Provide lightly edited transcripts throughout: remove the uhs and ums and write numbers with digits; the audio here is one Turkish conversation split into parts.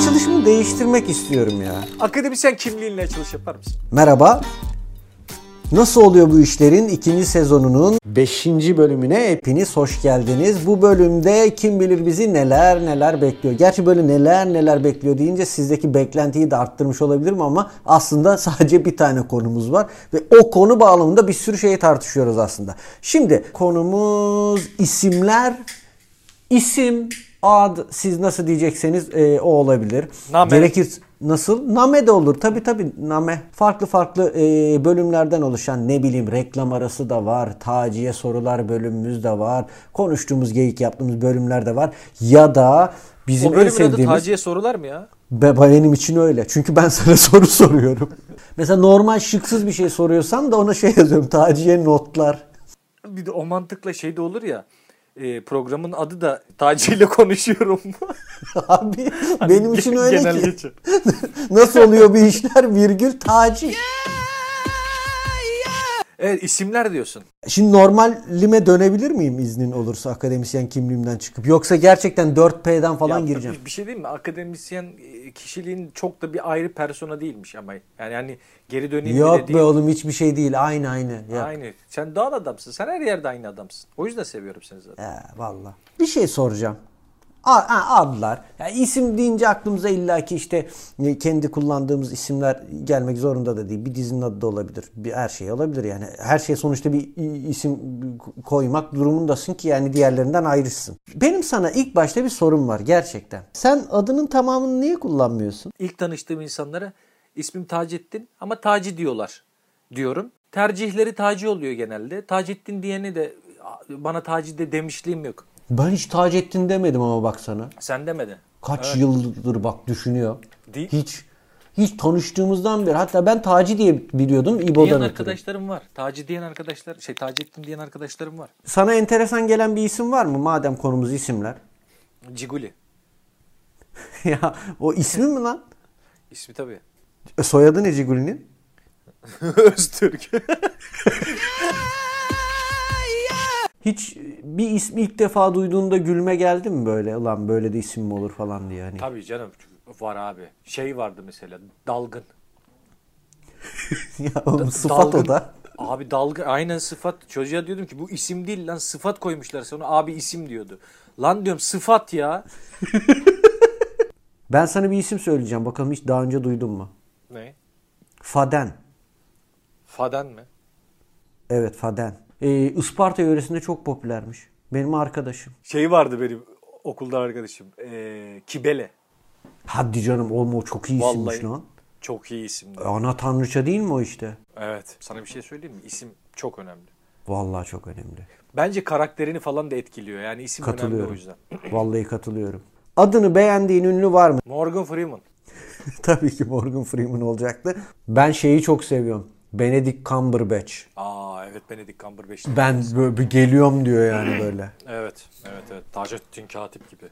açılışımı değiştirmek istiyorum ya. Akademisyen kimliğinle açılış yapar mısın? Merhaba. Nasıl oluyor bu işlerin 2. sezonunun 5. bölümüne hepiniz hoş geldiniz. Bu bölümde kim bilir bizi neler bekliyor. Gerçi böyle neler bekliyor deyince sizdeki beklentiyi de arttırmış olabilirim ama aslında sadece bir tane konumuz var. Ve o konu bağlamında bir sürü şeyi tartışıyoruz aslında. Şimdi konumuz isimler. İsim, ad, siz nasıl diyecekseniz o olabilir. Name. Gerekir nasıl? Name de olur. Tabii name. Farklı bölümlerden oluşan ne bileyim reklam arası da var. Taciye sorular bölümümüz de var. Konuştuğumuz, geyik yaptığımız bölümler de var. Ya da bizim o bölümün en sevdiğimiz... adı taciye sorular mı ya? Benim için öyle. Çünkü ben sana soru soruyorum. Mesela normal şıksız bir şey soruyorsam da ona şey yazıyorum. Taciye notlar. Bir de o mantıkla şey de olur ya. Programın adı da Taci ile konuşuyorum. Abi benim için öyle genel ki. geçer. Nasıl oluyor bir işler virgül Taci. Evet, isimler diyorsun. Şimdi normalime dönebilir miyim iznin olursa akademisyen kimliğimden çıkıp? Yoksa gerçekten 4P'den falan gireceğim. Bir şey diyeyim mi? Akademisyen kişiliğin çok da bir ayrı persona değilmiş ama. Yani geri döneyim Yok bile değil. be oğlum hiçbir şey değil. Aynı. Yok. Aynı. Sen doğal adamsın. Sen her yerde aynı adamsın. O yüzden seviyorum seni zaten. Vallahi. Bir şey soracağım. Adlar. Yani isim deyince aklımıza illaki işte kendi kullandığımız isimler gelmek zorunda da değil. Bir dizinin adı da olabilir. Her şey olabilir yani. Her şey sonuçta bir isim koymak durumundasın ki yani diğerlerinden ayrışsın. Benim sana ilk başta bir sorum var gerçekten. Sen adının tamamını niye kullanmıyorsun? İlk tanıştığım insanlara ismim Taceddin ama Taci diyorlar diyorum. Tercihleri Taci oluyor genelde. Taceddin diyeni de bana Taci de demişliğim yok. Ben hiç Taceddin demedim ama baksana. Sen demedin. Kaç yıldır bak düşünüyor. Değil. Hiç tanıştığımızdan beri. Hatta ben Taci diye biliyordum İbo'dan Diyen ötürü. arkadaşlarım var. Taci diyen arkadaşlar, Taceddin diyen arkadaşlarım var. Sana enteresan gelen bir isim var mı? Madem konumuz isimler. Ciguli. Ya o ismi mi lan? İsmi tabii. Soyadı ne Ciguli'nin? Öztürk. Hiç bir ismi ilk defa duyduğunda gülme geldi mi böyle? Ulan böyle de isim mi olur falan diye. Hani. Tabii canım var abi. Şey vardı mesela Dalgın. Ya oğlum sıfat Dalgın. o da. Abi Dalgın aynen sıfat. Çocuğa diyordum ki bu isim değil lan sıfat koymuşlar sonra abi isim diyordu. Lan diyorum sıfat ya. Ben sana bir isim söyleyeceğim. Bakalım hiç daha önce duydun mu? Ne? Faden. Faden mi? Evet Faden. Isparta yöresinde çok popülermiş. Benim arkadaşım. Şey vardı benim okulda arkadaşım. Kibele. Hadi canım oğlum o çok iyi isimmiş Vallahi lan. çok iyi isimdi. Ana tanrıça değil mi o işte? Evet. Sana bir şey söyleyeyim mi? İsim çok önemli. Vallahi çok önemli. Bence karakterini falan da etkiliyor. Yani isim önemli o yüzden. Vallahi katılıyorum. Adını beğendiğin ünlü var mı? Morgan Freeman. Tabii ki Morgan Freeman olacaktı. Ben şeyi çok seviyorum. Benedict Cumberbatch. Evet Benedict Cumberbatch. Ben böyle bir geliyorum diyor yani böyle. Evet. Taceddin Katip gibi.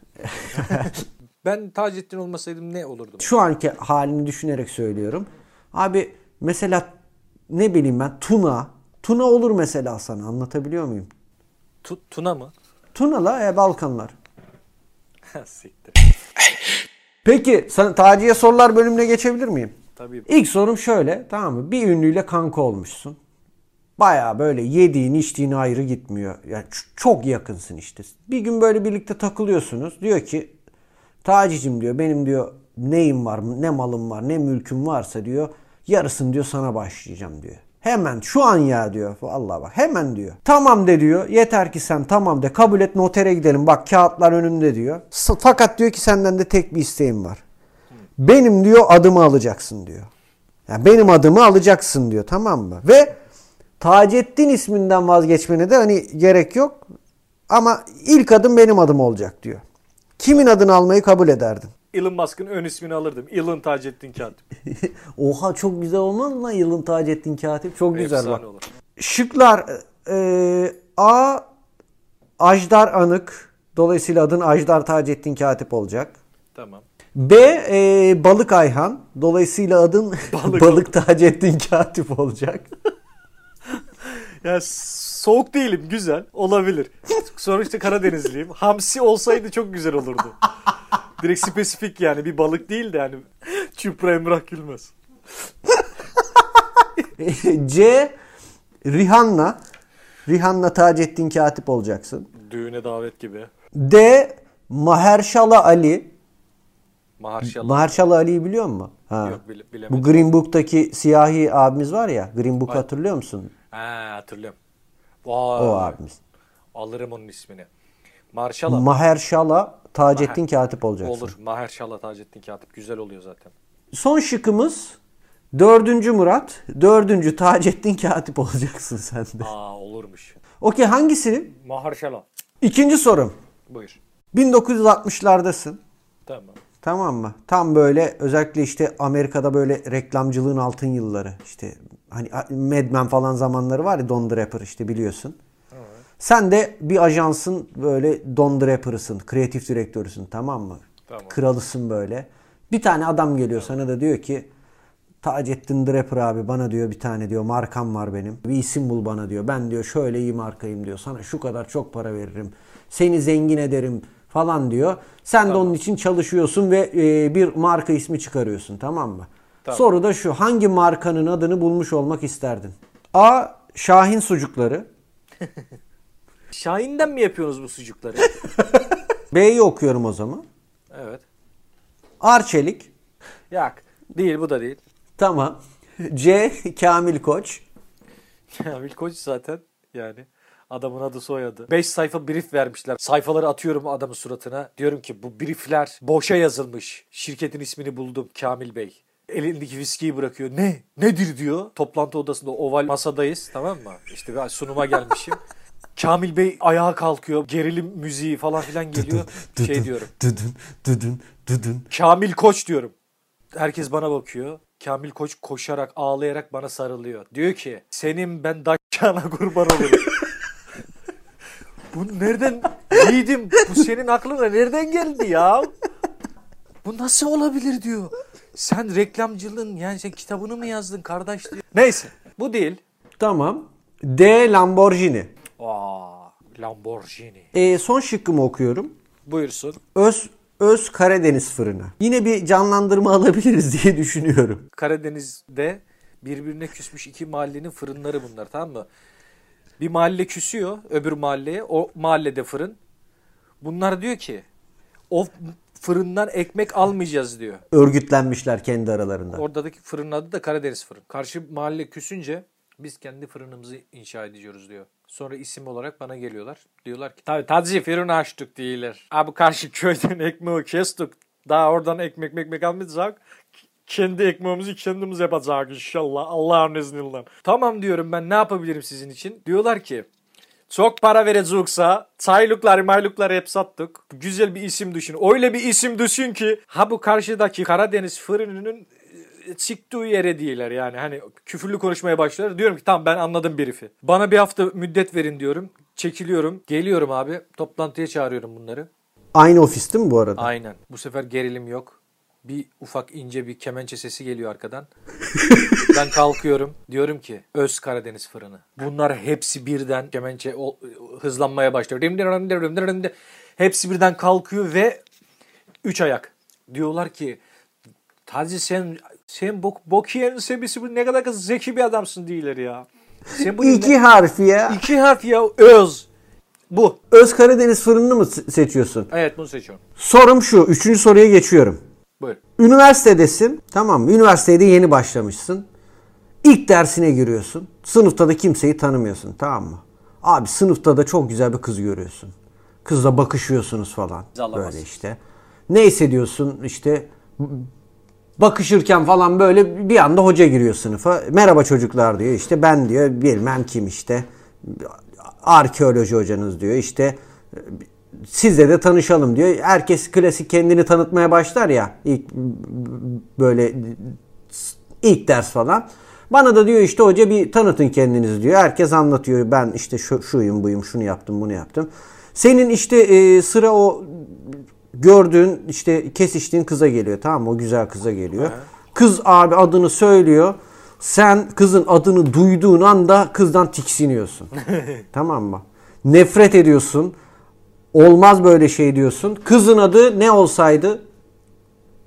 Ben Taceddin olmasaydım ne olurdum? Şu anki halini düşünerek söylüyorum. Abi mesela ne bileyim ben Tuna. Tuna olur mesela sana anlatabiliyor muyum? Tuna mı? Tuna'la Balkanlar. Siktir. Peki Taciye sorular bölümüne geçebilir miyim? Tabii. İlk sorum şöyle tamam mı? Bir ünlüyle kanka olmuşsun. Baya böyle yediğin içtiğin ayrı gitmiyor. Yani çok yakınsın işte. Bir gün böyle birlikte takılıyorsunuz. Diyor ki Taci'cim diyor benim diyor neyim var ne malım var ne mülküm varsa diyor yarısını diyor sana başlayacağım diyor. Hemen şu an ya diyor. Vallahi bak hemen diyor. Tamam de diyor. Yeter ki sen tamam de kabul et notere gidelim. Bak kağıtlar önümde diyor. Fakat diyor ki senden de tek bir isteğim var. Benim diyor adımı alacaksın diyor. Yani benim adımı alacaksın diyor tamam mı? Ve Taceddin isminden vazgeçmene de hani gerek yok. Ama ilk adım benim adım olacak diyor. Kimin adını almayı kabul ederdin? Elon Musk'ın ön ismini alırdım. Elon Taceddin Katip. Oha çok güzel olmaz mı lan Elon Taceddin Katip? Çok güzel Efsane bak. olur. Şıklar A. Ajdar Anık. Dolayısıyla adın Ajdar Taceddin Katip olacak. Tamam. B. Balık Ayhan. Dolayısıyla adın Balık Taceddin Katip olacak. Ya soğuk değilim. Güzel. Olabilir. Sonuçta Karadenizliyim. Hamsi olsaydı çok güzel olurdu. Direkt spesifik yani bir balık değil de yani Çupra Emrah Gülmez. C. Rihanna. Rihanna Taceddin Katip olacaksın. Düğüne davet gibi. D. Mahershala Ali. Mahershala. Mahershala Ali'yi biliyor musun? Ha. Yok bilemedim. Bu Green Book'taki siyahi abimiz var ya. Green Book hatırlıyor musun? Ha, hatırlıyorum. O abimiz. Alırım onun ismini. Mahershala. Mahershala Taceddin Katip olacaksın. Olur. Mahershala Taceddin Katip. Güzel oluyor zaten. Son şıkkımız 4. Murat. 4. Taceddin Katip olacaksın sen de. Olurmuş. Okey, hangisi? Mahershala. İkinci sorum. Buyur. 1960'lardasın. Tamam. Tamam mı? Tam böyle özellikle işte Amerika'da böyle reklamcılığın altın yılları. İşte hani Mad Men falan zamanları var ya, Don Draper işte biliyorsun. Evet. Sen de bir ajansın, böyle Don Draper'ısın. Kreatif direktörüsün, tamam mı? Tamam. Kralısın böyle. Bir tane adam geliyor sana da diyor ki Taceddin Draper abi, bana diyor bir tane diyor markam var benim. Bir isim bul bana diyor. Ben diyor şöyle iyi markayım diyor. Sana şu kadar çok para veririm. Seni zengin ederim falan diyor. Sen de onun için çalışıyorsun ve bir marka ismi çıkarıyorsun, tamam mı? Tamam. Soru da şu: hangi markanın adını bulmuş olmak isterdin? A. Şahin sucukları. Şahin'den mi yapıyorsunuz bu sucukları? B'yi okuyorum o zaman. Evet. Arçelik. Yok. Değil, bu da değil. Tamam. C. Kamil Koç. Kamil Koç zaten yani. Adamın adı soyadı. 5 sayfa brief vermişler. Sayfaları atıyorum adamın suratına. Diyorum ki bu briefler boşa yazılmış. Şirketin ismini buldum, Kamil Bey. Elindeki viskiyi bırakıyor. Ne? Nedir diyor. Toplantı odasında oval masadayız, tamam mı? İşte ben sunuma gelmişim. Kamil Bey ayağa kalkıyor. Gerilim müziği falan filan geliyor. Şey diyorum. Kamil Koç diyorum. Herkes bana bakıyor. Kamil Koç koşarak, ağlayarak bana sarılıyor. Diyor ki senin ben dakkana kurban olurum. Bu nereden yiğidim? Bu senin aklına nereden geldi ya? Bu nasıl olabilir diyor. Sen reklamcılığın, yani sen kitabını mı yazdın kardeş diyor. Neyse, bu değil. Tamam. D. Lamborghini. Lamborghini. Son şıkkımı okuyorum. Buyursun. Öz Karadeniz fırını. Yine bir canlandırma alabiliriz diye düşünüyorum. Karadeniz'de birbirine küsmüş iki mahallenin fırınları bunlar, tamam mı? Bir mahalle küsüyor öbür mahalleye. O mahallede fırın. Bunlar diyor ki o fırından ekmek almayacağız diyor. Örgütlenmişler kendi aralarında. Oradaki fırının adı da Karadeniz fırın. Karşı mahalle küsünce biz kendi fırınımızı inşa ediyoruz diyor. Sonra isim olarak bana geliyorlar. Diyorlar ki tabii tadzi fırın açtık diyorlar. Abi karşı köyden ekmeği kestik. Daha oradan ekmek almayacak. Kendi ekmeğimizi kendimiz yapacağız inşallah. Allah'ın izniyle. Tamam diyorum, ben ne yapabilirim sizin için? Diyorlar ki çok para vereceksa maylıkları hep sattık. Güzel bir isim düşün. Öyle bir isim düşün ki bu karşıdaki Karadeniz fırınının çıktığı yere değiller yani. Hani küfürlü konuşmaya başlar. Diyorum ki tamam, ben anladım brief'i. Bana bir hafta müddet verin diyorum. Çekiliyorum. Geliyorum abi. Toplantıya çağırıyorum bunları. Aynı ofis değil mi bu arada? Aynen. Bu sefer gerilim yok. Bir ufak ince bir kemençe sesi geliyor arkadan. Ben kalkıyorum. Diyorum ki Öz Karadeniz fırını. Bunlar hepsi birden kemençe hızlanmaya başlıyor. Hepsi birden kalkıyor ve 3 ayak. Diyorlar ki Tazi sen bok yiyen sebisi ne kadar zeki bir adamsın değiller ya. Sen bu 2 harf ya. 2 harf ya, Öz. Bu. Öz Karadeniz fırınını mı seçiyorsun? Evet, bunu seçiyorum. Sorum şu. 3. soruya geçiyorum. Buyur. Üniversitedesin. Tamam mı? Üniversitede yeni başlamışsın. İlk dersine giriyorsun. Sınıfta da kimseyi tanımıyorsun. Tamam mı? Abi sınıfta da çok güzel bir kız görüyorsun. Kızla bakışıyorsunuz falan. Böyle işte. Ne hissediyorsun? İşte bakışırken falan böyle bir anda hoca giriyor sınıfa. Merhaba çocuklar diyor. İşte ben diyor bilmem kim işte. Arkeoloji hocanız diyor. İşte sizle de tanışalım diyor. Herkes klasik kendini tanıtmaya başlar ya. İlk ders falan. Bana da diyor işte hoca bir tanıtın kendinizi diyor. Herkes anlatıyor. Ben işte şuyum buyum, şunu yaptım bunu yaptım. Senin işte sıra o gördüğün işte kesiştiğin kıza geliyor, tamam mı? O güzel kıza geliyor. Evet. Kız abi adını söylüyor. Sen kızın adını duyduğun anda kızdan tiksiniyorsun. Tamam mı? Nefret ediyorsun. Olmaz böyle şey diyorsun. Kızın adı ne olsaydı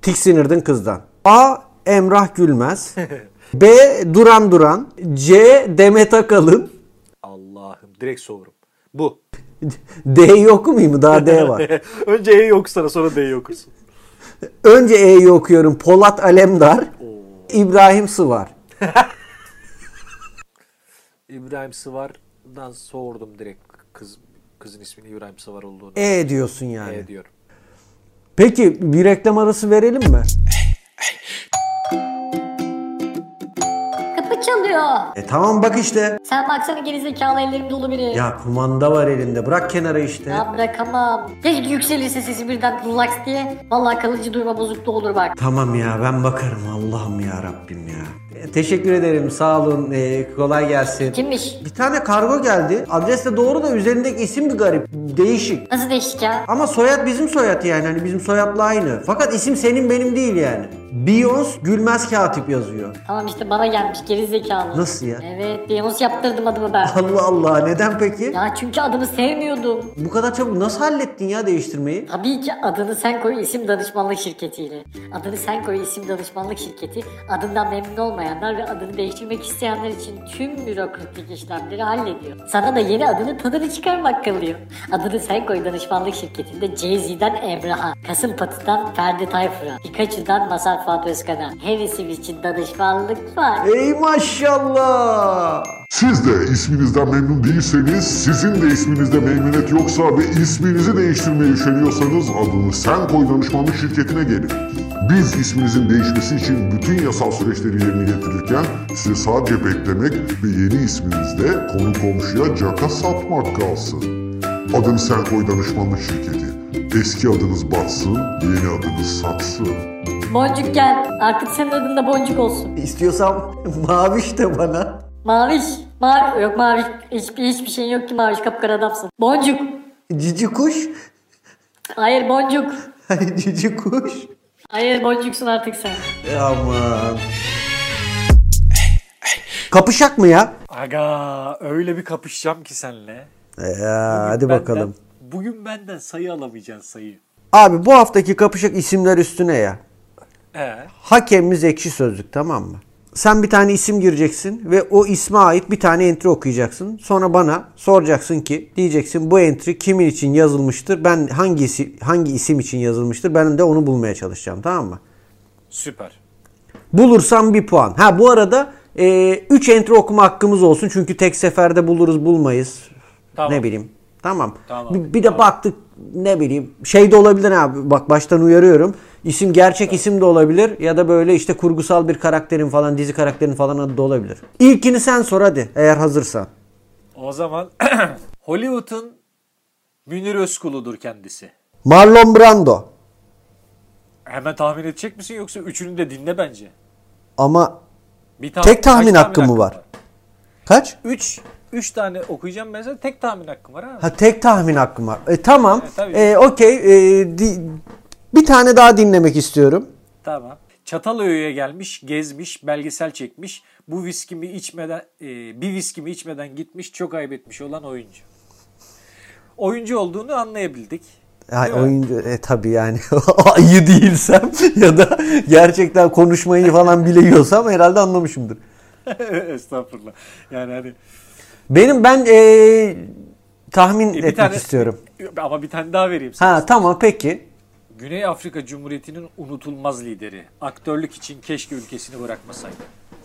Tiksinirdin kızdan. A. Emrah Gülmez. B. Duran Duran. C. Demet Akalın. Allah'ım direkt soğurum. Bu. D'yi okumayayım mı? Daha D var. Önce E'yi okusana sonra D'yi okursun. Önce E'yi okuyorum. Polat Alemdar. İbrahim Sıvar. İbrahim Sıvar'dan sordum direkt kızın ismini İbrahim Sıvar olduğunu. E diyorsun yani. E diyorum. Peki bir reklam arası verelim mi? Kapı çalıyor. Tamam bak işte. Sen baksana gerizekalı ellerim dolu biri. Ya kumanda var elinde. Bırak kenara işte. Ya bırakamam. Keşke yükselirse sesi birden relax diye. Vallahi kalıcı duyma bozukluğu olur bak. Tamam ya ben bakarım. Allah'ım ya Rabbim ya. Teşekkür ederim. Sağ olun. Kolay gelsin. Kimmiş? Bir tane kargo geldi. Adres de doğru da üzerindeki isim bir garip. Değişik. Nasıl değişik ya? Ama soyad bizim soyad yani. Hani bizim soyadla aynı. Fakat isim senin benim değil yani. Beyoncé Gülmez Katip yazıyor. Tamam işte bana gelmiş gerizekalı. Nasıl ya? Evet Beyoncé yaptırdım adımı ben. Allah Allah. Neden peki? Ya çünkü adımı sevmiyordum. Bu kadar çabuk nasıl hallettin ya değiştirmeyi? Tabii ki adını sen koy isim danışmanlık şirketiyle. Adını sen koy isim danışmanlık şirketi adından memnun olmayanlar ve adını değiştirmek isteyenler için tüm bürokratik işlemleri hallediyor. Sana da yeni adını tadını çıkarmak kalıyor. Adını sen koy danışmanlık şirketinde Jay-Z'den Emrah'a, Kasımpatı'dan Ferdi Tayfur'a, Pikachu'dan Mazhar Fuat Özkan'a her isim için danışmanlık var. Ey maşallah. Siz de isminizden memnun değilseniz, sizin de isminizde memnuniyet yoksa ve isminizi değiştirmeye üşeniyorsanız adını Sen Koy danışmanlık şirketine gelin. Biz isminizin değişmesi için bütün yasal süreçleri yerine getirirken size sadece beklemek ve yeni isminizde konu komşuya caka satmak kalsın. Adını Sen Koy danışmanlık şirketi. Eski adınız batsın, yeni adınız satsın. Boncuk gel. Artık senin adın da Boncuk olsun. İstiyorsam maviş de bana. Maviş. Mavi. Yok Maviş. Hiçbir şeyin yok ki Maviş. Kapkara adamsın. Boncuk. Cici kuş. Hayır Boncuk. Hani cici kuş. Hayır Boncuksun artık sen. Aman. Kapışak mı ya? Aga öyle bir kapışacağım ki seninle. Hadi bakalım. Bugün benden sayı alamayacaksın sayı. Abi bu haftaki kapışak isimler üstüne ya. Ee? Hakemimiz Ekşi Sözlük, tamam mı? Sen bir tane isim gireceksin ve o isme ait bir tane entry okuyacaksın. Sonra bana soracaksın ki diyeceksin bu entry kimin için yazılmıştır? Ben hangi isim için yazılmıştır? Ben de onu bulmaya çalışacağım, tamam mı? Süper. Bulursam bir puan. Ha bu arada 3 entry okuma hakkımız olsun. Çünkü tek seferde buluruz bulmayız. Tamam. Ne bileyim. Tamam. Tamam. Bir de baktık ne bileyim şey de olabilir abi. Bak baştan uyarıyorum. İsim gerçek isim de olabilir ya da böyle işte kurgusal bir karakterin falan dizi karakterin falan adı da olabilir. İlkini sen sor hadi eğer hazırsan. O zaman Hollywood'un Münir Özkul'udur kendisi. Marlon Brando. Hemen tahmin edecek misin yoksa üçünü de dinle bence. Ama Bir tek tahmin kaç hakkı mı var? Kaç? 3 tane okuyacağım ben sana tek tahmin hakkım var ha. Ha tek tahmin hakkım var. Tamam. Tabii. Okey. Bir tane daha dinlemek istiyorum. Tamam. Çatalhöyük'e gelmiş, gezmiş, belgesel çekmiş. Bir viskimi içmeden gitmiş, çok ayıp etmiş olan oyuncu. Oyuncu olduğunu anlayabildik. Yani Değil mi? oyuncu tabii yani ayı değilsem ya da gerçekten konuşmayı falan biliyorsam herhalde anlamışımdır. Estağfurullah. Yani hani Ben tahmin etmek istiyorum. Ama bir tane daha vereyim sana. Ha tamam peki. Güney Afrika Cumhuriyeti'nin unutulmaz lideri. Aktörlük için keşke ülkesini bırakmasaydı.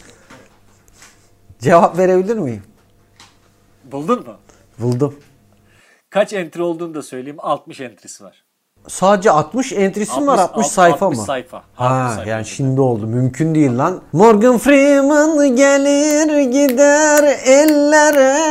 Cevap verebilir miyim? Buldun mu? Buldum. Kaç entry olduğunu da söyleyeyim. 60 entry'si var. Sadece 60 entry'si mi var? 60 sayfa 60 mı? sayfa. 60 Ha sayfa. yani şimdi oldu. Mümkün değil lan. Morgan Freeman gelir gider ellere.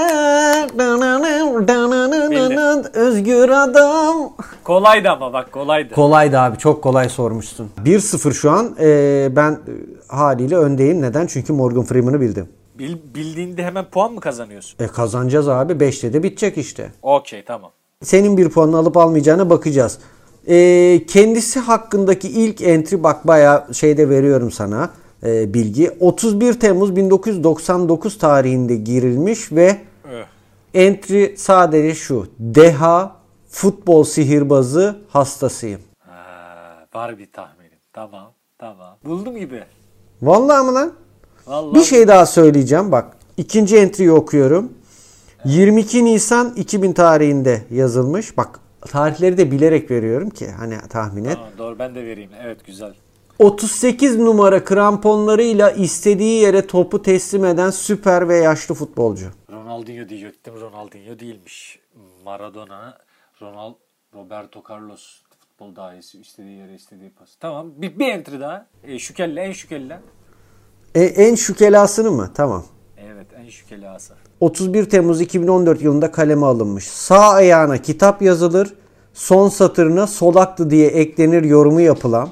Özgür adam. Kolaydı ama bak kolaydı. Kolaydı abi. Çok kolay sormuşsun. 1-0 şu an. Ben haliyle öndeyim. Neden? Çünkü Morgan Freeman'ı bildim. Bildiğinde hemen puan mı kazanıyorsun? Kazanacağız abi. 5'te de bitecek işte. Okey tamam. Senin bir puanını alıp almayacağına bakacağız. Kendisi hakkındaki ilk entry bak bayağı şeyde veriyorum sana bilgi. 31 Temmuz 1999 tarihinde girilmiş ve entry sadece şu. Deha futbol sihirbazı hastasıyım. Var bir tahminim. Tamam. Buldum gibi. Vallahi mı lan? Vallahi Bir şey daha söyleyeceğim bak. İkinci entry'yi okuyorum. 22 Nisan 2000 tarihinde yazılmış. Bak tarihleri de bilerek veriyorum ki hani tahmin et. Tamam, doğru, ben de vereyim. Evet, güzel. 38 numara kramponlarıyla istediği yere topu teslim eden süper ve yaşlı futbolcu. Ronaldinho diyecektim. Ronaldinho değilmiş. Maradona, Roberto Carlos futbol dahisi, istediği yere istediği pas. Tamam. Bir entry daha. En şükelle. En şükelasını mı? Tamam. Evet, en şükelası. 31 Temmuz 2014 yılında kaleme alınmış. Sağ ayağına kitap yazılır. Son satırına solaktı diye eklenir yorumu yapılan.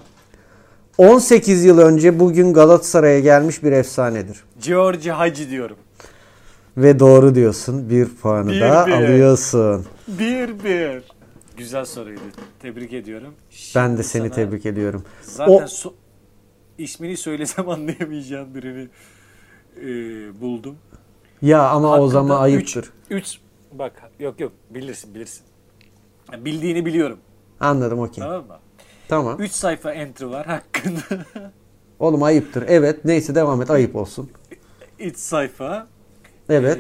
18 yıl önce bugün Galatasaray'a gelmiş bir efsanedir. Giorgio Hagi diyorum. Ve doğru diyorsun. Bir puanı da 1-1. alıyorsun. 1-1. Güzel soruydu. Tebrik ediyorum. Ben de Şimdi seni sana tebrik ediyorum. Zaten ismini söylesem anlayamayacağım birini buldum. Ya ama o Hakkında zaman ayıptır. 3 bak, yok bilirsin. Yani bildiğini biliyorum. Anladım, okey. Tamam mı? Tamam. 3 sayfa entry var hakkında. Oğlum ayıptır. Evet. Neyse devam et. Ayıp olsun. 3 sayfa. Evet.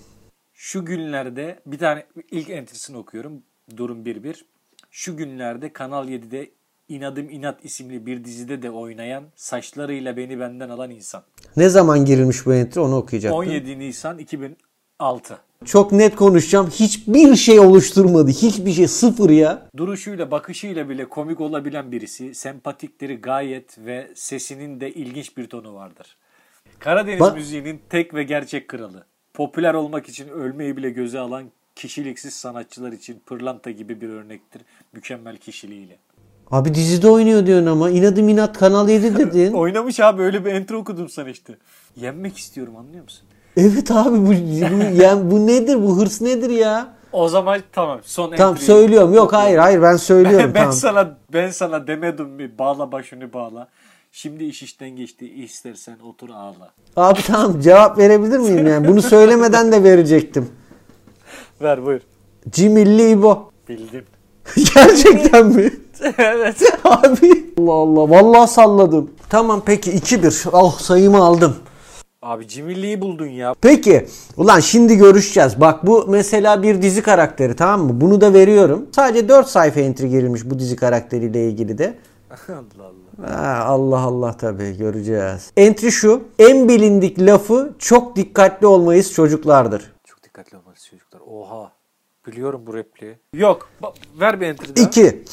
Şu günlerde bir tane ilk entry'sini okuyorum. Durum 1-1. Şu günlerde Kanal 7'de İnadım İnat isimli bir dizide de oynayan, saçlarıyla beni benden alan insan. Ne zaman girilmiş bu entry onu okuyacaktım. 17 Nisan 2006. Çok net konuşacağım. Hiçbir şey oluşturmadı. Hiçbir şey. Sıfır ya. Duruşuyla, bakışıyla bile komik olabilen birisi. Sempatikleri gayet ve sesinin de ilginç bir tonu vardır. Karadeniz müziğinin tek ve gerçek kralı. Popüler olmak için ölmeyi bile göze alan kişiliksiz sanatçılar için pırlanta gibi bir örnektir. Mükemmel kişiliğiyle. Abi dizide oynuyor diyorsun ama. İnadım İnat Kanal 7 dedin. Oynamış abi, öyle bir intro okudum sana işte. Yenmek istiyorum, anlıyor musun? Evet abi yani bu nedir? Bu hırs nedir ya? O zaman tamam, son entry. Tamam söylüyorum. Yok hayır ben söylüyorum. Ben sana demedim mi? Bağla başını bağla. Şimdi iş işten geçti. İstersen otur ağla. Abi tamam cevap verebilir miyim yani? Bunu söylemeden de verecektim. Ver buyur. Cimilli İbo. Bildim. Gerçekten mi? Evet. Abi. Allah Allah. Vallahi salladım. Tamam peki 2-1. Oh sayımı aldım. Abi cimilliği buldun ya. Peki. Ulan şimdi görüşeceğiz. Bak bu mesela bir dizi karakteri, tamam mı? Bunu da veriyorum. Sadece 4 sayfa entry girilmiş bu dizi karakteriyle ilgili de. Allah Allah. Allah Allah tabii göreceğiz. Entry şu. En bilindik lafı çok dikkatli olmayız çocuklardır. Çok dikkatli olmalısın çocuklar. Oha. Biliyorum bu repliği. Yok. Ver bir entry daha. 2.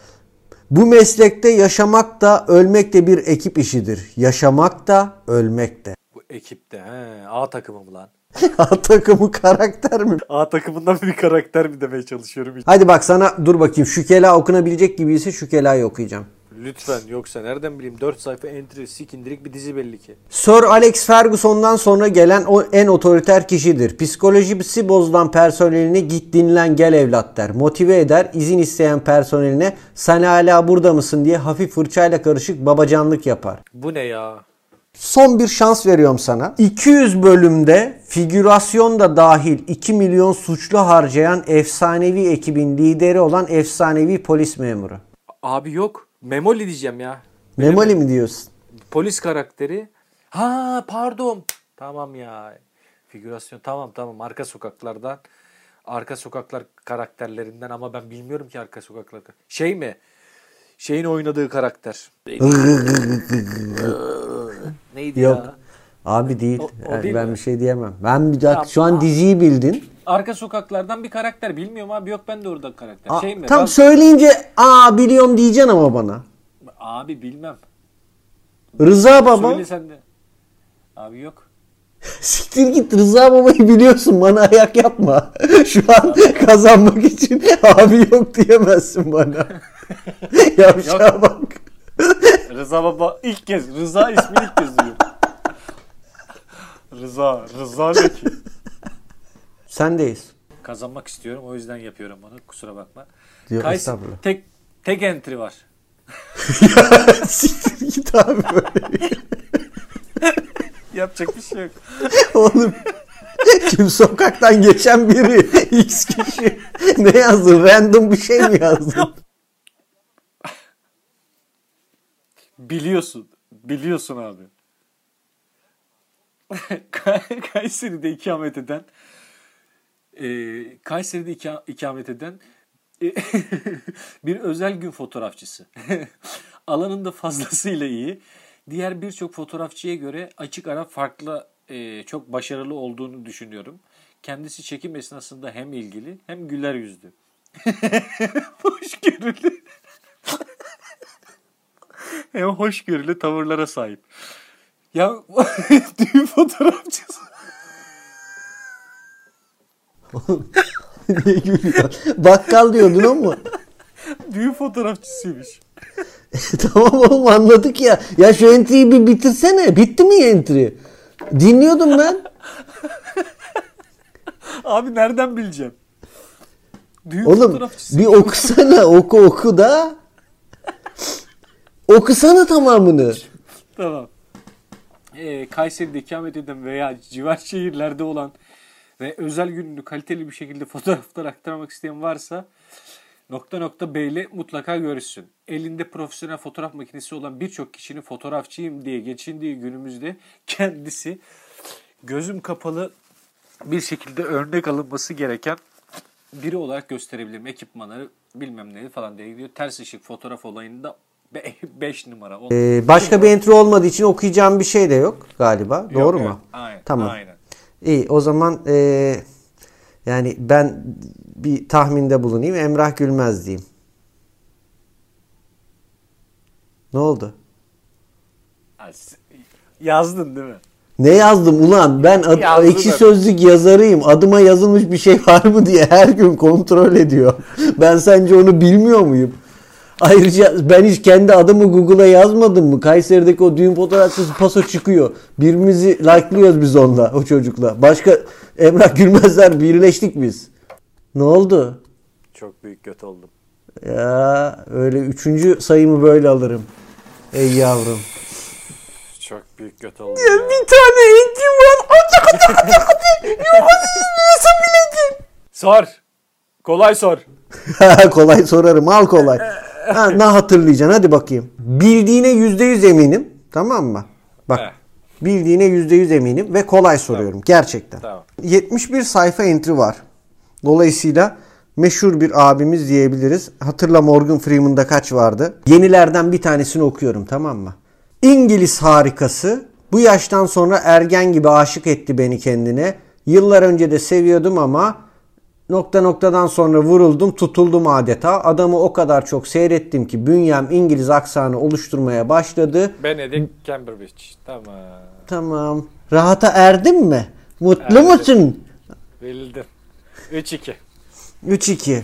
Bu meslekte yaşamak da ölmek de bir ekip işidir. Yaşamak da ölmek de. Bu ekipte. A takımı mı lan? A takımı karakter mi? A takımından bir karakter mi demeye çalışıyorum. Hadi bak sana dur bakayım. Şükela okunabilecek gibiyse Şükela'yı okuyacağım. Lütfen, yoksa nereden bileyim, 4 sayfa entry sikindirik bir dizi belli ki. Sir Alex Ferguson'dan sonra gelen o en otoriter kişidir. Psikolojisi bozulan personeline git dinlen gel evlat der. Motive eder, izin isteyen personeline sen hala burada mısın diye hafif fırçayla karışık babacanlık yapar. Bu ne ya? Son bir şans veriyorum sana. 200 bölümde figürasyon da dahil 2 milyon suçlu harcayan efsanevi ekibin lideri olan efsanevi polis memuru. Abi yok. Memoli diyeceğim ya. Memoli mi diyorsun? Polis karakteri. Ha pardon. Tamam ya. Figürasyon tamam. Arka sokaklar karakterlerinden, ama ben bilmiyorum ki arka sokaklar. Şey mi? Şeyin oynadığı karakter. Neydi Yok. ya? Abi değil. O değil ben mi? bir şey diyemem. Ben Tamam. şu an diziyi bildin. Arka sokaklardan bir karakter. Bilmiyorum abi. Yok, ben de orada karakter. Şey mi? Tam söyleyince biliyorum diyeceksin ama bana. Abi bilmem. Rıza Baba. Söyle sen de. Abi yok. Siktir git, Rıza Baba'yı biliyorsun, bana ayak yapma. Şu an kazanmak için abi yok diyemezsin bana. Yavşağa bak. Rıza Baba Rıza ismini ilk kez duyuyorum. Rıza ne ki? Sendeyiz. Kazanmak istiyorum, o yüzden yapıyorum bunu, kusura bakma. Yok, estağfurullah. Tek entry var. Siktir git abi böyle. Yapacak bir şey yok. Oğlum kim sokaktan geçen biri X kişi ne yazdın? Random bir şey mi yazdın? Biliyorsun. Biliyorsun abi. Kayseri'de ikamet eden bir özel gün fotoğrafçısı. Alanında fazlasıyla iyi. Diğer birçok fotoğrafçıya göre açık ara farklı çok başarılı olduğunu düşünüyorum. Kendisi çekim esnasında hem ilgili hem güler yüzlü. Hoşgörülü. Hem hoşgörülü tavırlara sahip. Ya düğün fotoğrafçısı. Niye gülüyorsun? Bakkal diyordun ama. Düğün fotoğrafçısıymış. Tamam oğlum anladık ya. Ya şu entry'yi bir bitirsene. Bitti mi entry? Dinliyordum ben. Abi nereden bileceğim? Düğün Oğlum fotoğrafçısı. bir okusana. Oku da. Okusana tamamını. Tamam. Kayseri'de ikamet eden veya civar şehirlerde olan ve özel gününü kaliteli bir şekilde fotoğraflar aktarmak isteyen varsa ... B ile mutlaka görüşsün. Elinde profesyonel fotoğraf makinesi olan birçok kişinin fotoğrafçıyım diye geçindiği günümüzde kendisi gözüm kapalı bir şekilde örnek alınması gereken biri olarak gösterebilirim. Ekipmanları bilmem neyi falan diye gidiyor. Ters ışık fotoğraf olayında 5 numara. Başka bir entry olmadığı için okuyacağım bir şey de yok galiba. Doğru mu? Yok. Aynen. Tamam. Aynen. İyi o zaman yani ben bir tahminde bulunayım. Emrah Gülmez diyeyim. Ne oldu? Yazdın değil mi? Ne yazdım ulan? Ben Yazdın ekşi da. sözlük yazarıyım. Adıma yazılmış bir şey var mı diye her gün kontrol ediyor. Ben sence onu bilmiyor muyum? Ayrıca ben hiç kendi adımı Google'a yazmadım mı? Kayseri'deki o düğün fotoğrafçısı paso çıkıyor. Birbirimizi like'lıyoruz biz onunla, o çocukla. Başka Emrah Gülmezler birleştik biz. Ne oldu? Çok büyük kötü oldum. Ya öyle 3. sayımı böyle alırım. Ey yavrum. Çok büyük kötü oldum. Bir tane entry var. Hadi. Yok bileceksin. Sor. Kolay sor. Kolay sorarım. Al kolay. Ne hatırlayacaksın? Hadi bakayım. Bildiğine %100 eminim. Tamam mı? Bak. Bildiğine %100 eminim ve kolay soruyorum. Gerçekten. Tamam. 71 sayfa entry var. Dolayısıyla meşhur bir abimiz diyebiliriz. Hatırla Morgan Freeman'da kaç vardı? Yenilerden bir tanesini okuyorum, tamam mı? İngiliz harikası. Bu yaştan sonra ergen gibi aşık etti beni kendine. Yıllar önce de seviyordum ama noktadan sonra vuruldum, tutuldum adeta. Adamı o kadar çok seyrettim ki bünyem İngiliz aksanı oluşturmaya başladı. Benedict Cumberbatch. Tamam. Tamam. Rahata erdin mi? Mutlu Erdim. musun? Verildim. 3-2. 3-2.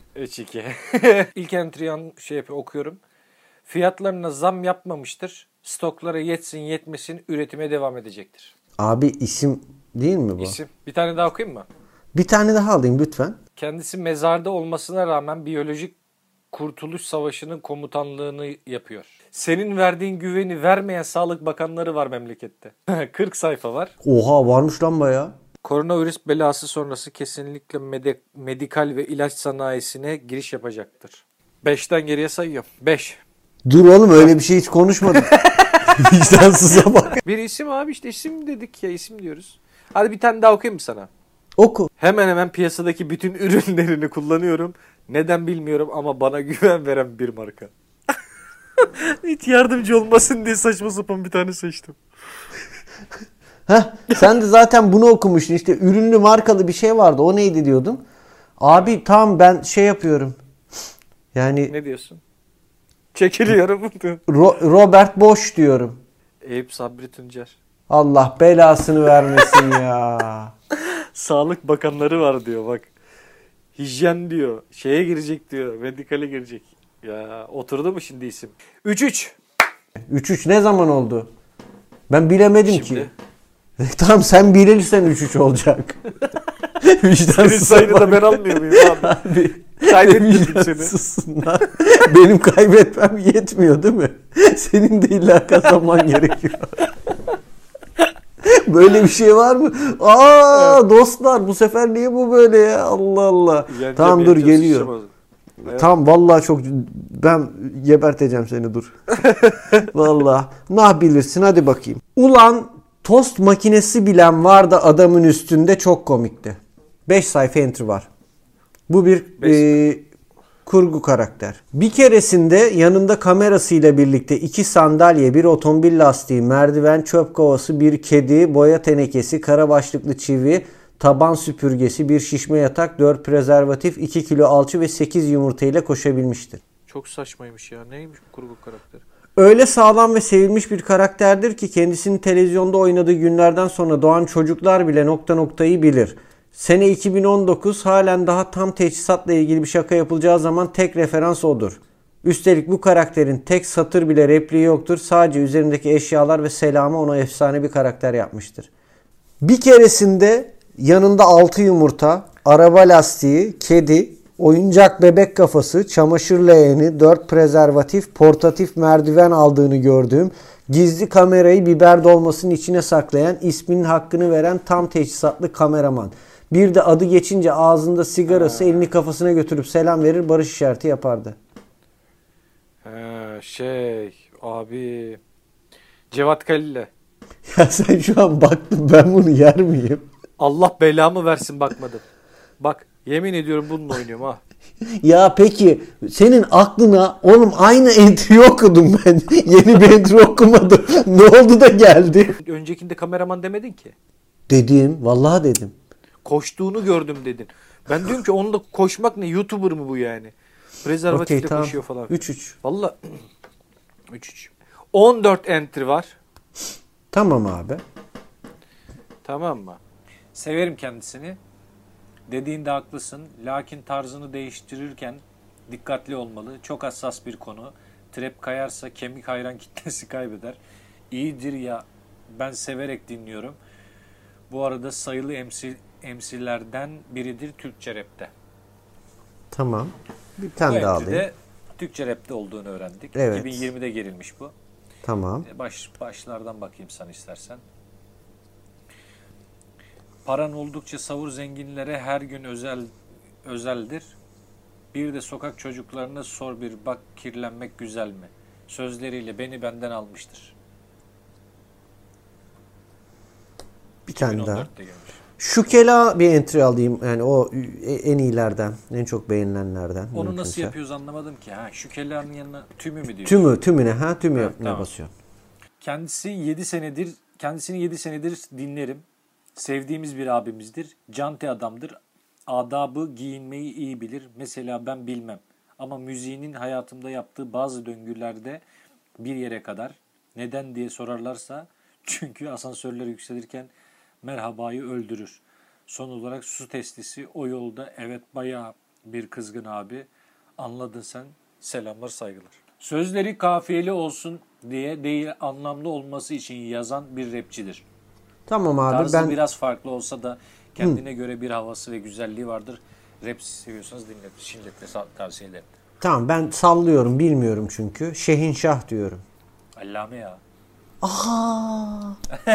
3-2. İlk entry'yi okuyorum. Fiyatlarına zam yapmamıştır. Stoklara yetsin yetmesin üretime devam edecektir. Abi isim değil mi bu? İsim. Bir tane daha okuyayım mı? Bir tane daha alayım lütfen. Kendisi mezarda olmasına rağmen biyolojik kurtuluş savaşının komutanlığını yapıyor. Senin verdiğin güveni vermeyen sağlık bakanları var memlekette. 40 sayfa var. Oha varmış lan bayağı. Koronavirüs belası sonrası kesinlikle medikal ve ilaç sanayisine giriş yapacaktır. 5'ten geriye sayıyorum. 5. Dur oğlum öyle bir şey hiç konuşmadık. Vicdansıza bak. Bir isim abi işte isim dedik ya isim diyoruz. Hadi bir tane daha okuyayım mı sana? Oku. Hemen hemen piyasadaki bütün ürünlerini kullanıyorum. Neden bilmiyorum ama bana güven veren bir marka. Hiç yardımcı olmasın diye saçma sapan bir tane seçtim. Sen de zaten bunu okumuştun. İşte ürünlü markalı bir şey vardı. O neydi diyordun? Abi tamam ben şey yapıyorum. Yani Ne diyorsun? Çekiliyorum. Robert Bosch diyorum. Eyüp Sabri Tuncer. Allah belasını vermesin ya. Sağlık bakanları var diyor bak. Hijyen diyor. Şeye girecek diyor. Medikale girecek. Ya oturdu mu şimdi isim? 3-3. 3-3 ne zaman oldu? Ben bilemedim Şimdi. ki. Tamam sen bilirsen 3-3 olacak. Senin sayını da ben almıyor muyum abi? Kaybettirdim seni. Vicdansızsınlar. Benim kaybetmem yetmiyor değil mi? Senin de illa kazanman gerekiyor. Böyle bir şey var mı? Dostlar bu sefer niye bu böyle ya? Allah Allah. Yani tamam dur geliyor. Tam vallahi çok ben geberteceğim seni dur. Vallahi nah bilirsin hadi bakayım. Ulan tost makinesi bilen var da adamın üstünde çok komikti. 5 sayfa entry var. Bu bir kurgu karakter. Bir keresinde yanında kamerasıyla birlikte 2 sandalye, bir otomobil lastiği, merdiven, çöp kovası, bir kedi, boya tenekesi, kara başlıklı çivi, taban süpürgesi, bir şişme yatak, 4 prezervatif, 2 kilo alçı ve 8 yumurta ile koşabilmiştir. Çok saçmaymış ya. Neymiş bu kurgu karakteri? Öyle sağlam ve sevilmiş bir karakterdir ki kendisini televizyonda oynadığı günlerden sonra doğan çocuklar bile nokta noktayı bilir. Sene 2019 halen daha tam teçhizatla ilgili bir şaka yapılacağı zaman tek referans odur. Üstelik bu karakterin tek satır bile repliği yoktur. Sadece üzerindeki eşyalar ve selamı ona efsane bir karakter yapmıştır. Bir keresinde yanında 6 yumurta, araba lastiği, kedi, oyuncak bebek kafası, çamaşır leğeni, 4 prezervatif, portatif merdiven aldığını gördüğüm, gizli kamerayı biber dolmasının içine saklayan, isminin hakkını veren tam teçhizatlı kameraman. Bir de adı geçince ağzında sigarası, elini kafasına götürüp selam verir, barış işareti yapardı. Abi Cevat Kalile. Ya sen şu an baktın ben bunu yer miyim? Allah belamı versin bakmadım. Bak yemin ediyorum bununla oynuyorum ha. Ya peki senin aklına oğlum aynı entry okudum ben. Yeni bir entry okumadım. Ne oldu da geldi? Öncekinde kameraman demedin ki. Dedim. Vallahi dedim. Koştuğunu gördüm dedin. Ben diyorum ki onunla koşmak ne? YouTuber mı bu yani? Prezervatifle Okey, tamam. koşuyor falan. 3-3. Vallahi 3-3. 14 entry var. Tamam abi. Tamam mı? Severim kendisini. Dediğinde haklısın. Lakin tarzını değiştirirken dikkatli olmalı. Çok hassas bir konu. Trap kayarsa kemik hayran kitlesi kaybeder. İyidir ya. Ben severek dinliyorum. Bu arada sayılı MC'lerden biridir Türkçe rapte. Tamam. Bir tane daha alayım. De Türkçe rapte olduğunu öğrendik. Evet. 2020'de girilmiş bu. Tamam. Başlardan bakayım sana istersen. Paran oldukça savur zenginlere her gün özeldir. Bir de sokak çocuklarına sor bir bak kirlenmek güzel mi? Sözleriyle beni benden almıştır. Bir tane daha. 2014'te gelmiş. Şukela bir entry alayım. Yani o en iyilerden. En çok beğenilenlerden. Onu mümkünse. nasıl yapıyoruz anlamadım ki. Ha, Şükella'nın yanına tümü mü diyorsun? Tümüne Evet, tamam. basıyorsun. Kendisini 7 senedir dinlerim. Sevdiğimiz bir abimizdir. Canti adamdır. Adabı, giyinmeyi iyi bilir. Mesela ben bilmem. Ama müziğinin hayatımda yaptığı bazı döngülerde bir yere kadar. Neden diye sorarlarsa çünkü asansörler yükselirken merhabayı öldürür. Son olarak su testisi o yolda evet bayağı bir kızgın abi. Anladın sen. Selamlar saygılar. Sözleri kafiyeli olsun diye değil anlamlı olması için yazan bir rapçidir. Tamam abi Tarzı biraz farklı olsa da kendine göre bir havası ve güzelliği vardır. Rap seviyorsanız dinlet. Şiddetle tavsiye ederim. Tamam ben sallıyorum bilmiyorum çünkü. Şehinşah diyorum. Allame ya. Aa!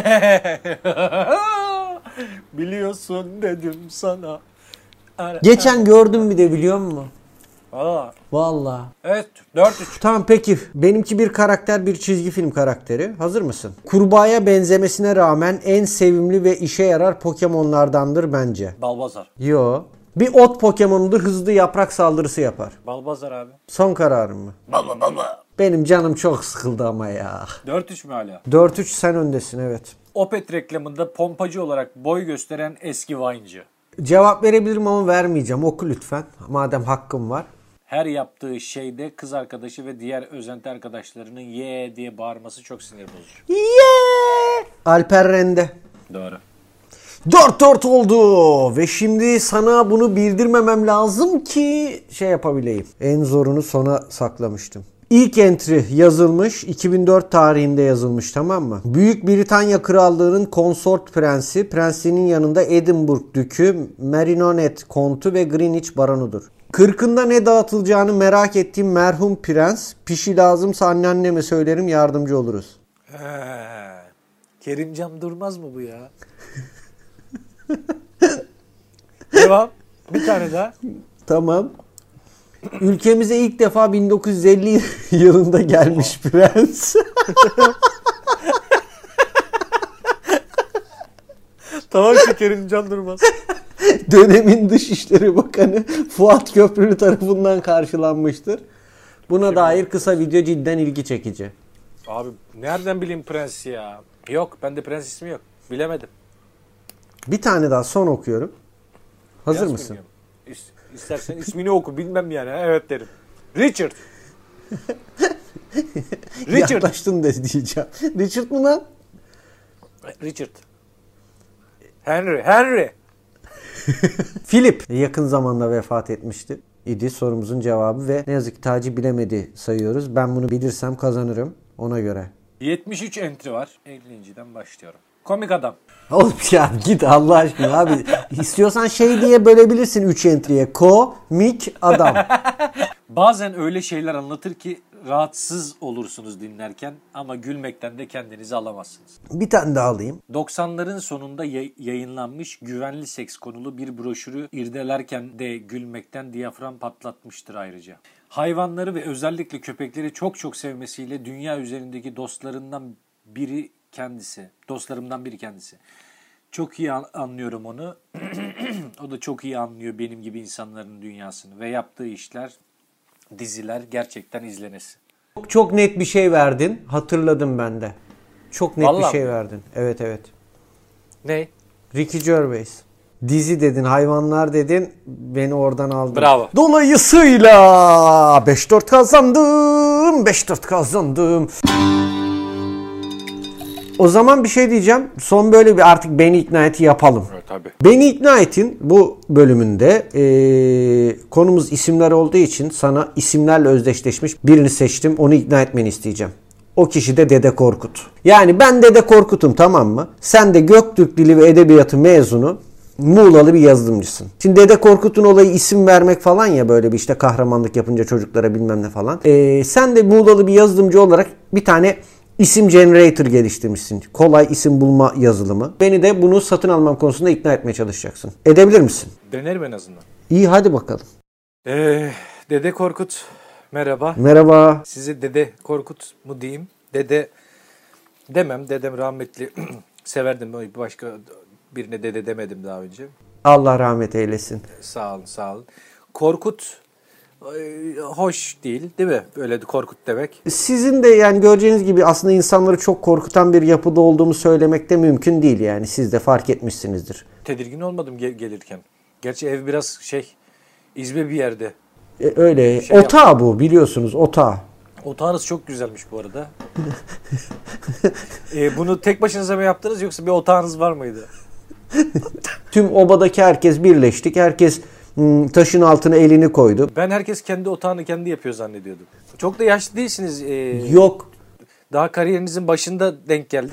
Biliyorsun dedim sana. Geçen gördüm bir de biliyor musun? Aa. Vallahi. Evet 4-3. Tamam peki. Benimki bir karakter, bir çizgi film karakteri. Hazır mısın? Kurbağaya benzemesine rağmen en sevimli ve işe yarar Pokemon'lardandır bence. Balbazar. Yo. Bir ot Pokemon'udur, hızlı yaprak saldırısı yapar. Balbazar abi. Son kararım mı? Baba. Benim canım çok sıkıldı ama ya. 4-3 mü hala? 4-3 sen öndesin evet. Opet reklamında pompacı olarak boy gösteren eski Vine'cı. Cevap verebilirim ama vermeyeceğim. Oku lütfen. Madem hakkım var. Her yaptığı şeyde kız arkadaşı ve diğer özenti arkadaşlarının ye diye bağırması çok sinir bozucu. Yeah! Alper Rende. Doğru. 4-4 oldu ve şimdi sana bunu bildirmemem lazım ki şey yapabileyim. En zorunu sona saklamıştım. İlk entry yazılmış 2004 tarihinde yazılmış, tamam mı? Büyük Britanya Krallığı'nın konsort prensi, prensinin yanında Edinburgh dükü, Marinonet kontu ve Greenwich baronudur. Kırkında ne dağıtılacağını merak ettiğim merhum prens, pişi lazımsa anneanneme söylerim yardımcı oluruz. Kerimcan Durmaz mı bu ya? Devam. Bir tane daha. Tamam. Ülkemize ilk defa 1950 yılında gelmiş prens. Tamam şekerim, Can Durmaz. Dönemin Dışişleri Bakanı Fuat Köprülü tarafından karşılanmıştır. Buna dair kısa video cidden ilgi çekici. Abi nereden bileyim prens ya? Yok, bende prens ismi yok. Bilemedim. Bir tane daha son okuyorum. Hazır Yaz mısın? bilmiyorum. İstersen ismini oku, bilmem yani. Evet derim. Richard. Richard. Yaklaştın da diyeceğim. Richard mı lan? Richard. Henry. Philip yakın zamanda vefat etmişti. İdi sorumuzun cevabı ve ne yazık ki Taci bilemedi sayıyoruz. Ben bunu bilirsem kazanırım ona göre. 73 entry var. 50.den başlıyorum. Komik adam. Oğlum ya git Allah aşkına abi. İstiyorsan şey diye bölebilirsin 3 entry'ye. Komik adam. Bazen öyle şeyler anlatır ki rahatsız olursunuz dinlerken ama gülmekten de kendinizi alamazsınız. Bir tane daha alayım. 90'ların sonunda yayınlanmış güvenli seks konulu bir broşürü irdelerken de gülmekten diyafram patlatmıştır ayrıca. Hayvanları ve özellikle köpekleri çok çok sevmesiyle dünya üzerindeki dostlarımdan biri kendisi. Çok iyi anlıyorum onu. O da çok iyi anlıyor benim gibi insanların dünyasını ve yaptığı işler, diziler gerçekten izlenesi. Çok net bir şey verdin. Hatırladım ben de. Çok net Vallahi bir şey mi? verdin. Evet. Ne? Ricky Gervais. Dizi dedin, hayvanlar dedin. Beni oradan aldın. Bravo. Dolayısıyla 5-4 kazandım. 5-4 kazandım. O zaman bir şey diyeceğim. Son böyle bir artık Beni İkna Et'i yapalım. Evet tabii. Beni İkna Et'in bu bölümünde konumuz isimler olduğu için sana isimlerle özdeşleşmiş birini seçtim. Onu ikna etmeni isteyeceğim. O kişi de Dede Korkut. Yani ben Dede Korkut'um, tamam mı? Sen de Göktürk Dili ve Edebiyatı mezunu Muğlalı bir yazılımcısın. Şimdi Dede Korkut'un olayı isim vermek falan ya, böyle bir işte kahramanlık yapınca çocuklara bilmem ne falan. Sen de Muğlalı bir yazılımcı olarak bir tane İsim generator geliştirmişsin. Kolay isim bulma yazılımı. Beni de bunu satın almam konusunda ikna etmeye çalışacaksın. Edebilir misin? Denerim en azından. İyi, hadi bakalım. Dede Korkut merhaba. Merhaba. Size Dede Korkut mu diyeyim? Dede demem. Dedem rahmetli severdim. Başka birine dede demedim daha önce. Allah rahmet eylesin. Sağ olun. Korkut hoş değil mi? Öyle Korkut demek. Sizin de yani göreceğiniz gibi aslında insanları çok korkutan bir yapıda olduğumu söylemek de mümkün değil yani. Siz de fark etmişsinizdir. Tedirgin olmadım gelirken. Gerçi ev biraz izbe bir yerde. Öyle. Otağı bu, biliyorsunuz, otağı. Otağınız çok güzelmiş bu arada. Bunu tek başınıza mı yaptınız yoksa bir otağınız var mıydı? Tüm obadaki herkes birleştik. Herkes taşın altına elini koydu. Ben herkes kendi otağını kendi yapıyor zannediyordum. Çok da yaşlı değilsiniz. Yok. Daha kariyerinizin başında denk geldik.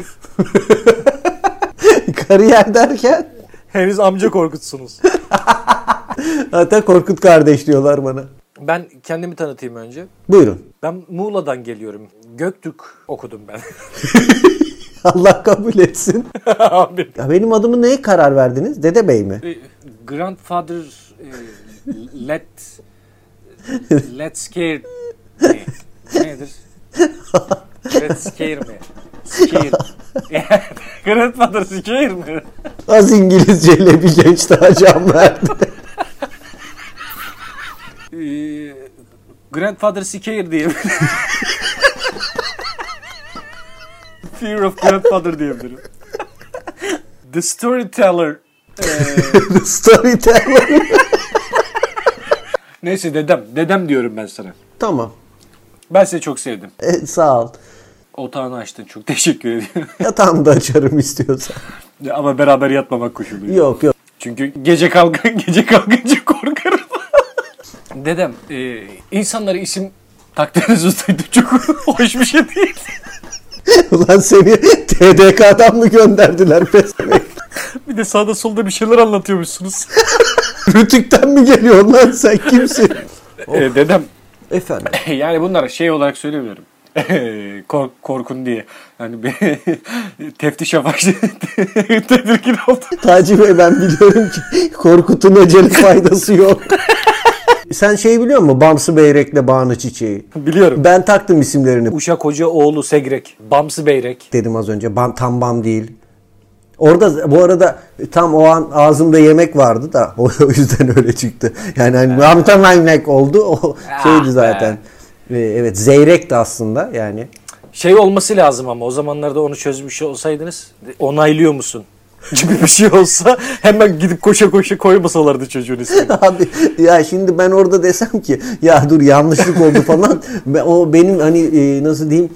Kariyer derken? Henüz amca Korkut'sunuz. Hatta Korkut kardeş diyorlar bana. Ben kendimi tanıtayım önce. Buyurun. Ben Muğla'dan geliyorum. Göktürk okudum ben. Allah kabul etsin. Abi. Ya benim adımı neye karar verdiniz? Dede Bey mi? Grandfather let's scare me. Nedir? Let's scare me. Scare. Grandfather scare me. Az İngilizceyle bir genç daha can verdi. Grandfather scare diyebilirim. Fear of Grandfather diyebilirim. The Storyteller. Storyteller. Neyse dedem diyorum ben sana. Tamam. Ben seni çok sevdim. Sağ ol. Otağını açtın, çok teşekkür ediyorum. Yatağımı da açarım istiyorsan. Ama beraber yatmamak koşuluyor. Yok. Çünkü gece kalkınca korkarım. Dedem, insanlara isim taktığınızı duydum, çok hoş bir şey değil. Ulan seni TDK'dan mı gönderdiler pesemek? Bir de sağda solda bir şeyler anlatıyormuşsunuz. Rütük'ten mi geliyorsun lan, sen kimsin? Dedem, Efendim. yani bunlar olarak söylemiyorum. Korkun diye. Hani bir teftiş amaçlı tedirgin oldum. Taci Bey, ben biliyorum ki Korkut'un eceli faydası yok. Sen şeyi biliyor musun? Bamsı Beyrek'le Banu Çiçeği. Biliyorum. Ben taktım isimlerini. Uşak Hoca oğlu Segrek. Bamsı Beyrek. Dedim az önce. Tam bam değil. Orada bu arada tam o an ağzımda yemek vardı da o yüzden öyle çıktı. Yani hani bam oldu. O şeydi zaten. Evet, Zeyrek de aslında yani. Şey olması lazım ama o zamanlarda onu çözmüş olsaydınız onaylıyor musun gibi bir şey olsa hemen gidip koşa koşa koymasalardı çocuğun ismini. Abi ya şimdi ben orada desem ki ya dur yanlışlık oldu falan o benim hani nasıl diyeyim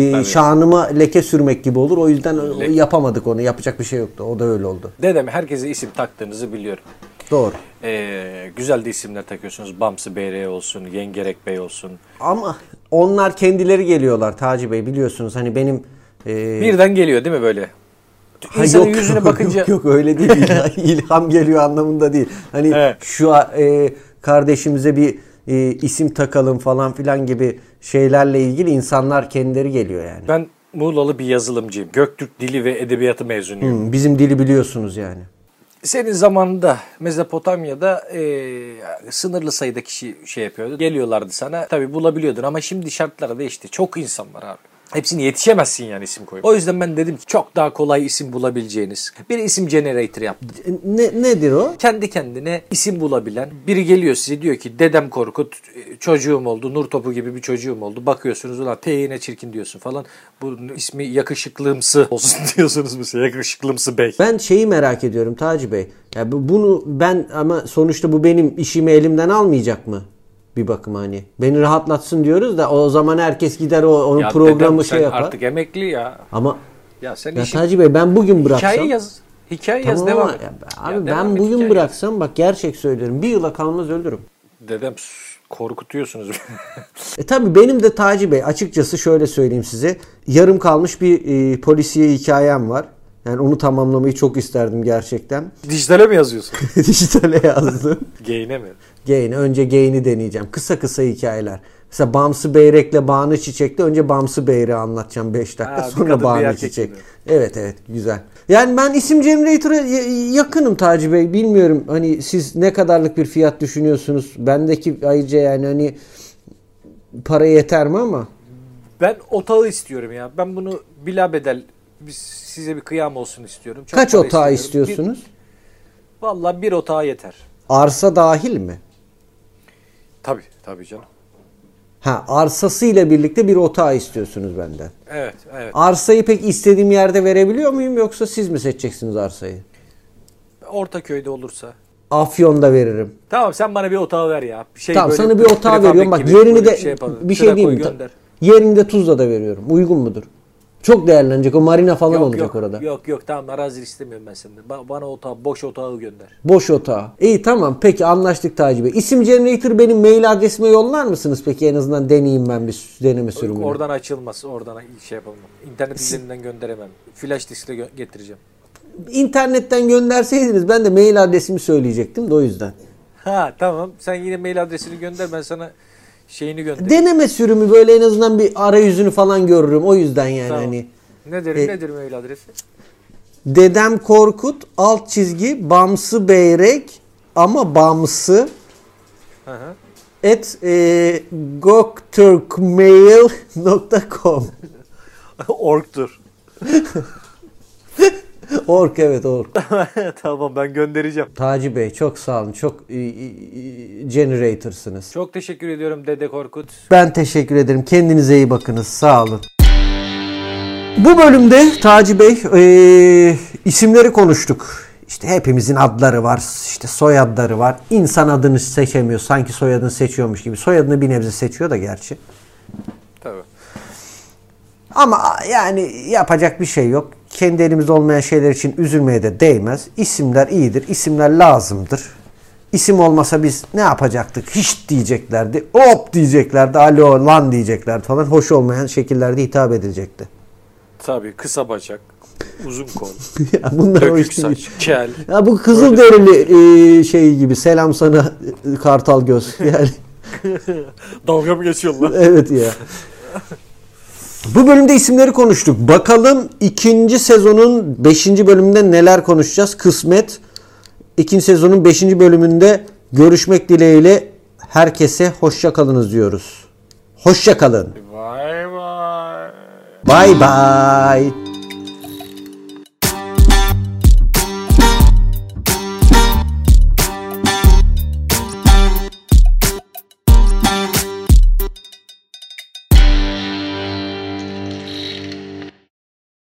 şanıma leke sürmek gibi olur. O yüzden yapamadık onu. Yapacak bir şey yoktu. O da öyle oldu. Dedem herkese isim taktığınızı biliyorum. Doğru. Güzel de isimler takıyorsunuz. Bamsı Beyre olsun, Yengerek Bey olsun. Ama onlar kendileri geliyorlar Taci Bey biliyorsunuz. Hani benim birden geliyor değil mi böyle? İnsanın yüzüne bakınca... Yok öyle değil. İlham geliyor anlamında değil. Hani evet. Şu kardeşimize bir isim takalım falan filan gibi şeylerle ilgili insanlar kendileri geliyor yani. Ben Muğlalı bir yazılımcıyım. Göktürk Dili ve Edebiyatı mezunuyum. Bizim dili biliyorsunuz yani. Senin zamanında Mezopotamya'da sınırlı sayıda kişi şey yapıyordu. Geliyorlardı sana. Tabii bulabiliyordun ama şimdi şartlar değişti. Çok insan var abi. Hepsini yetişemezsin yani isim koyup. O yüzden ben dedim ki çok daha kolay isim bulabileceğiniz bir isim generator yaptım. Nedir o? Kendi kendine isim bulabilen biri geliyor size diyor ki dedem Korkut çocuğum oldu. Nur topu gibi bir çocuğum oldu. Bakıyorsunuz ulan teyine çirkin diyorsun falan. Bunun ismi yakışıklımsı olsun diyorsunuz mesela. Yakışıklımsı bey. Ben şeyi merak ediyorum Taci Bey. Ya bunu ben ama sonuçta bu benim işimi elimden almayacak mı? Bir bakıma hani. Beni rahatlatsın diyoruz da o zaman herkes gider onun ya programı dedem, şey sen yapar. artık emekli ya. Ama ya sen ya işin... Taci Bey ben bugün bıraksam. Hikaye tamam yaz devam ama et. abi Ya ben devam et, bugün hikaye bıraksam bak gerçek söylüyorum. Bir yıla kalmaz ölürüm. Dedem korkutuyorsunuz. Tabii benim de Taci Bey açıkçası şöyle söyleyeyim size. Yarım kalmış bir polisiye hikayem var. Yani onu tamamlamayı çok isterdim gerçekten. Dijitale mi yazıyorsun? Dijitale yazdım. Gain'e mi? Önce Gain'i deneyeceğim. Kısa hikayeler. Mesela Bamsı Beyrek'le Banu Çiçek'le önce Bamsı Beyrek'i anlatacağım 5 dakika. Sonra Banu Çiçek. Evet güzel. Yani ben isim generator'a yakınım Taci Bey. Bilmiyorum hani siz ne kadarlık bir fiyat düşünüyorsunuz? Bendeki ayrıca yani hani para yeter mi ama? Ben otağı istiyorum ya. Ben bunu bilabedel size bir kıyam olsun istiyorum. Çok kaç otağı istiyorsunuz? Vallahi bir otağı yeter. Arsa dahil mi? Tabii canım. Arsasıyla birlikte bir otağı istiyorsunuz benden. Evet. Arsayı pek istediğim yerde verebiliyor muyum yoksa siz mi seçeceksiniz arsayı? Ortaköy'de olursa. Afyon'da veririm. Tamam sen bana bir otağı ver ya. Tamam sana bir otağı veriyorum. Bak yerini de bir şey diyeyim mi? Yerini de Tuzla'da veriyorum. Uygun mudur? Çok değerlenecek. O marina falan olacak orada. Yok tamam arazi istemiyorum ben senden. Bana boş otağı gönder. Boş otağı. İyi tamam peki anlaştık Taci Bey. İsim generator benim mail adresime yollar mısınız peki en azından deneyeyim ben bir deneme sürümünü. Oradan açılmaz. Oradan şey yapamam. İnternet üzerinden gönderemem. Flash diskle getireceğim. İnternetten gönderseydiniz ben de mail adresimi söyleyecektim de o yüzden. Tamam. Sen yine mail adresini gönder ben sana şeyini gönder. Deneme sürümü böyle en azından bir arayüzünü falan görürüm. O yüzden yani tamam. Hani. Nedir mail adresi? Dedem Korkut _Bamsı Beyrek ama Bamsı @gokturkmail.com Ork'tur. Ork evet Ork. Tamam ben göndereceğim. Taci Bey çok sağ olun. Çok generatorsınız. Çok teşekkür ediyorum Dede Korkut. Ben teşekkür ederim. Kendinize iyi bakınız. Sağ olun. Bu bölümde Taci Bey isimleri konuştuk. İşte hepimizin adları var. İşte soyadları var. İnsan adını seçemiyor. Sanki soyadını seçiyormuş gibi. Soyadını bir nebze seçiyor da gerçi. Tabii. Ama yani yapacak bir şey yok. Kendi elimizde olmayan şeyler için üzülmeye de değmez. İsimler iyidir. İsimler lazımdır. İsim olmasa biz ne yapacaktık? Hiç diyeceklerdi. Hop diyeceklerdi. Alo lan diyeceklerdi falan. Hoş olmayan şekillerde hitap edilecekti. Tabii kısa bacak, uzun kol, dökük saç, kel. Ya bu Kızılderili şey gibi selam sana kartal göz. Yani. Dalga mı geçiyorlar? Evet ya. Bu bölümde isimleri konuştuk. Bakalım 2. sezonun 5. bölümünde neler konuşacağız? Kısmet. 2. sezonun 5. bölümünde görüşmek dileğiyle herkese hoşça kalınız diyoruz. Hoşça kalın. Bye bye. Bye bye.